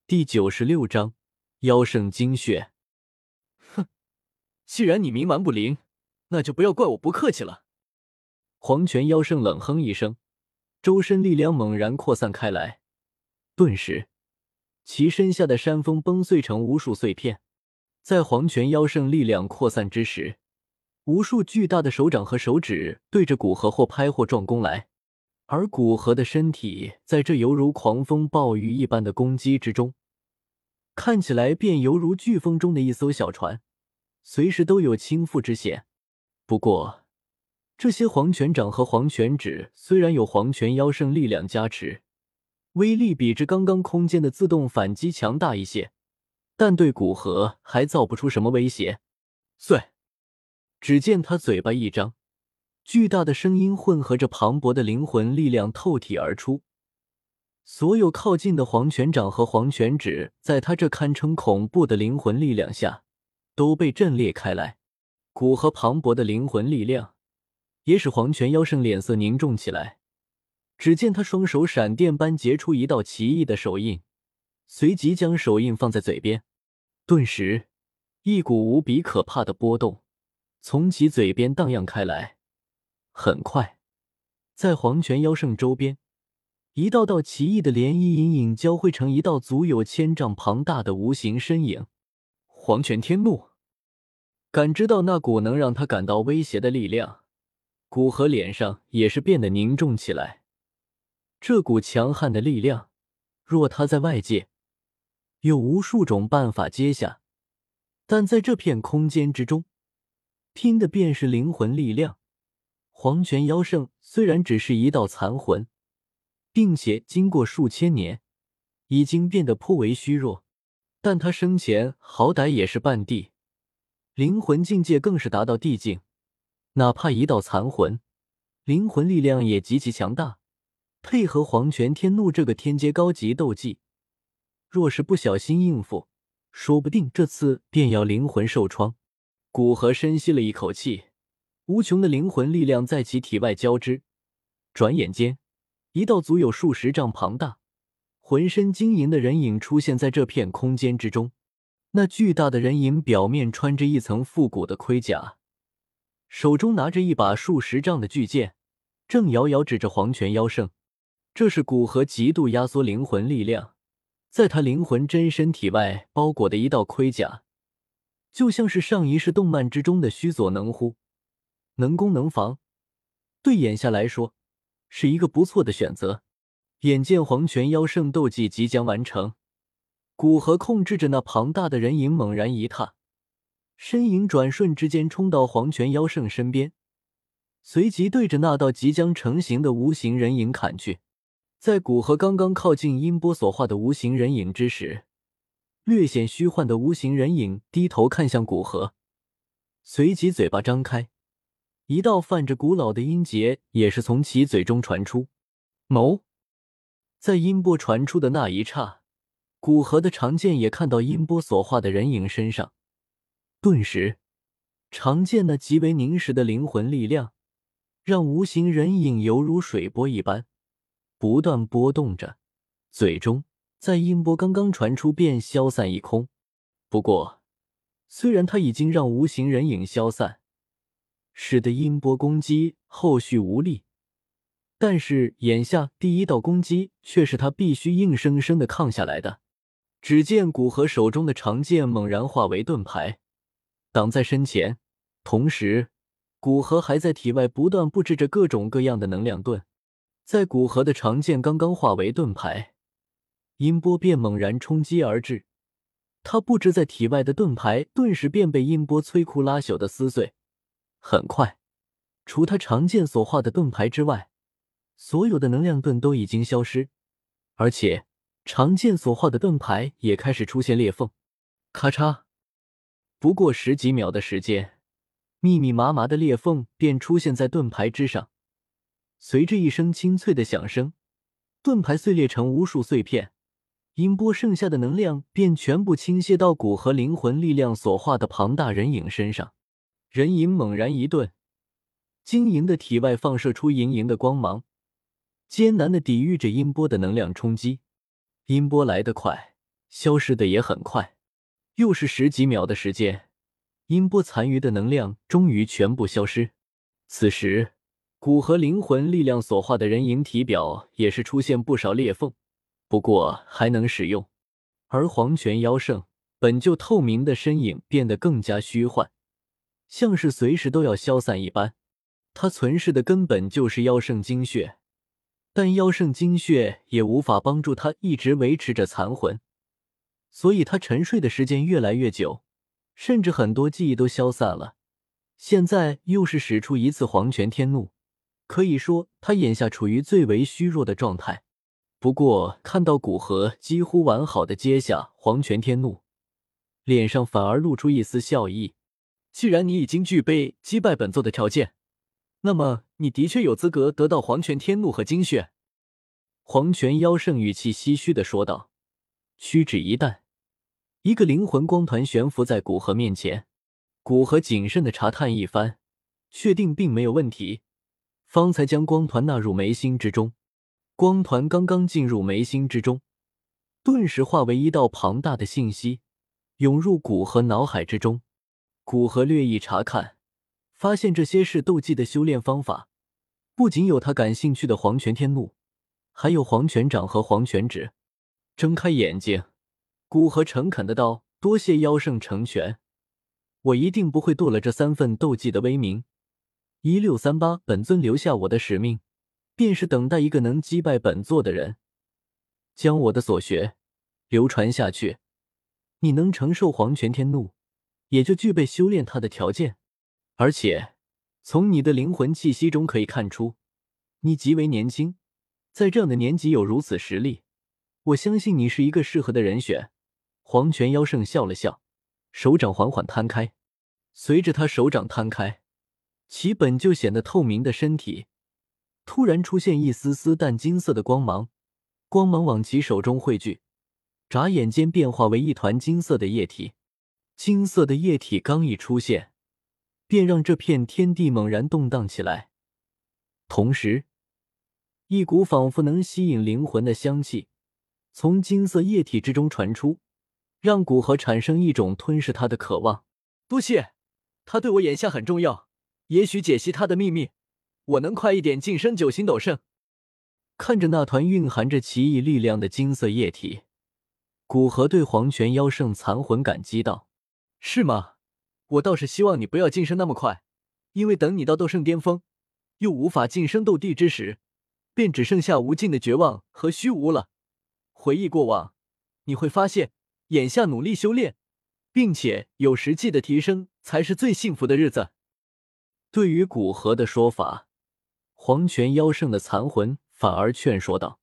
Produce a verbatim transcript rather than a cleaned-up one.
第九十六章妖圣精血。 哼，既然你冥顽不灵，那就不要怪我不客气了。 黄泉妖圣冷哼一声，周身力量猛然扩散开来，顿时其身下的山峰崩碎成无数碎片。在黄泉妖圣力量扩散之时，无数巨大的手掌和手指对着古河或拍或撞攻来，而古河的身体在这犹如狂风暴雨一般的攻击之中，看起来便犹如飓风中的一艘小船，随时都有倾覆之险。不过这些黄泉掌和黄泉指虽然有黄泉妖圣力量加持，威力比之刚刚空间的自动反击强大一些，但对古河还造不出什么威胁。碎！只见他嘴巴一张，巨大的声音混合着磅礴的灵魂力量透体而出，所有靠近的黄泉掌和黄泉指在他这堪称恐怖的灵魂力量下都被震裂开来。古河磅礴的灵魂力量也使黄泉妖圣脸色凝重起来，只见他双手闪电般结出一道奇异的手印，随即将手印放在嘴边，顿时一股无比可怕的波动从其嘴边荡漾开来。很快，在黄泉妖圣周边，一道道奇异的涟漪隐隐交汇成一道足有千丈庞大的无形身影。黄泉天怒！感知到那股能让他感到威胁的力量，古河脸上也是变得凝重起来。这股强悍的力量，若他在外界，有无数种办法接下，但在这片空间之中，拼的便是灵魂力量。黄泉妖圣虽然只是一道残魂，并且经过数千年，已经变得颇为虚弱，但他生前好歹也是半帝，灵魂境界更是达到帝境，哪怕一道残魂，灵魂力量也极其强大，配合黄泉天怒这个天阶高级斗技，若是不小心应付，说不定这次便要灵魂受创。古河深吸了一口气，无穷的灵魂力量在其体外交织，转眼间一道足有数十丈庞大、浑身晶莹的人影出现在这片空间之中。那巨大的人影表面穿着一层复古的盔甲，手中拿着一把数十丈的巨剑，正遥遥指着黄泉妖圣。这是古河极度压缩灵魂力量，在他灵魂真身体外包裹的一道盔甲，就像是上一世动漫之中的须佐能乎，能攻能防，对眼下来说是一个不错的选择。眼见黄泉妖圣斗技即将完成，古河控制着那庞大的人影猛然一踏，身影转瞬之间冲到黄泉妖圣身边，随即对着那道即将成型的无形人影砍去。在古河刚刚靠近音波所化的无形人影之时，略显虚幻的无形人影低头看向古河，随即嘴巴张开，一道泛着古老的音节也是从其嘴中传出。谋！在音波传出的那一刹，古河的长剑也看到音波所化的人影身上，顿时长剑那极为凝实的灵魂力量让无形人影犹如水波一般不断波动着，最终在音波刚刚传出便消散一空。不过虽然他已经让无形人影消散，使得音波攻击后续无力，但是眼下第一道攻击却是他必须硬生生的抗下来的。只见古河手中的长剑猛然化为盾牌，挡在身前，同时古河还在体外不断布置着各种各样的能量盾。在古河的长剑刚刚化为盾牌，音波便猛然冲击而至，他布置在体外的盾牌顿时便被音波摧枯拉朽的撕碎。很快，除他长剑所化的盾牌之外，所有的能量盾都已经消失，而且长剑所化的盾牌也开始出现裂缝。咔嚓！不过十几秒的时间，密密麻麻的裂缝便出现在盾牌之上。随着一声清脆的响声，盾牌碎裂成无数碎片，音波剩下的能量便全部倾泻到古河灵魂力量所化的庞大人影身上。人影猛然一顿，晶莹的体外放射出莹莹的光芒，艰难地抵御着音波的能量冲击。音波来得快， 消失的也很快，又是十几秒的时间，音波残余的能量终于全部消失。此时骨和灵魂力量所化的人形体表也是出现不少裂缝，不过还能使用。而黄泉妖圣本就透明的身影变得更加虚幻，像是随时都要消散一般。他存世的根本就是妖圣精血，但妖圣精血也无法帮助他一直维持着残魂，所以他沉睡的时间越来越久，甚至很多记忆都消散了。现在又是使出一次黄泉天怒，可以说他眼下处于最为虚弱的状态。不过看到古河几乎完好的接下黄泉天怒，脸上反而露出一丝笑意。 既然你已经具备击败本座的条件，那么你的确有资格得到黄泉天怒和精血。 黄泉妖圣语气唏嘘地说道，屈指一弹，一个灵魂光团悬浮在古河面前。古河谨慎地查探一番，确定并没有问题，方才将光团纳入眉心之中。光团刚刚进入眉心之中，顿时化为一道庞大的信息，涌入古河脑海之中。古河略一查看，发现这些是斗技的修炼方法，不仅有他感兴趣的黄泉天怒，还有黄泉掌和黄泉指。睁开眼睛，古河诚恳的道：多谢妖圣成全，我一定不会堕了这三份斗技的威名。一六三八，本尊留下我的使命，便是等待一个能击败本座的人，将我的所学流传下去。你能承受黄泉天怒，也就具备修炼它的条件。而且从你的灵魂气息中可以看出，你极为年轻，在这样的年纪有如此实力，我相信你是一个适合的人选。黄泉妖圣笑了笑，手掌缓缓摊开。随着他手掌摊开，其本就显得透明的身体突然出现一丝丝淡金色的光芒，光芒往其手中汇聚，眨眼间变化为一团金色的液体。金色的液体刚一出现，便让这片天地猛然动荡起来。同时，一股仿佛能吸引灵魂的香气从金色液体之中传出，让古河产生一种吞噬他的渴望。 多谢，他对我眼下很重要，也许解析他的秘密，我能快一点晋升九星斗圣。 看着那团蕴含着奇异力量的金色液体，古河对黄泉妖圣残魂感激道： 是吗？我倒是希望你不要晋升那么快，因为等你到斗圣巅峰，又无法晋升斗帝之时，便只剩下无尽的绝望和虚无了。回忆过往，你会发现，眼下努力修炼，并且有实际的提升，才是最幸福的日子。 对于古河的说法，黄泉妖圣的残魂反而劝说道：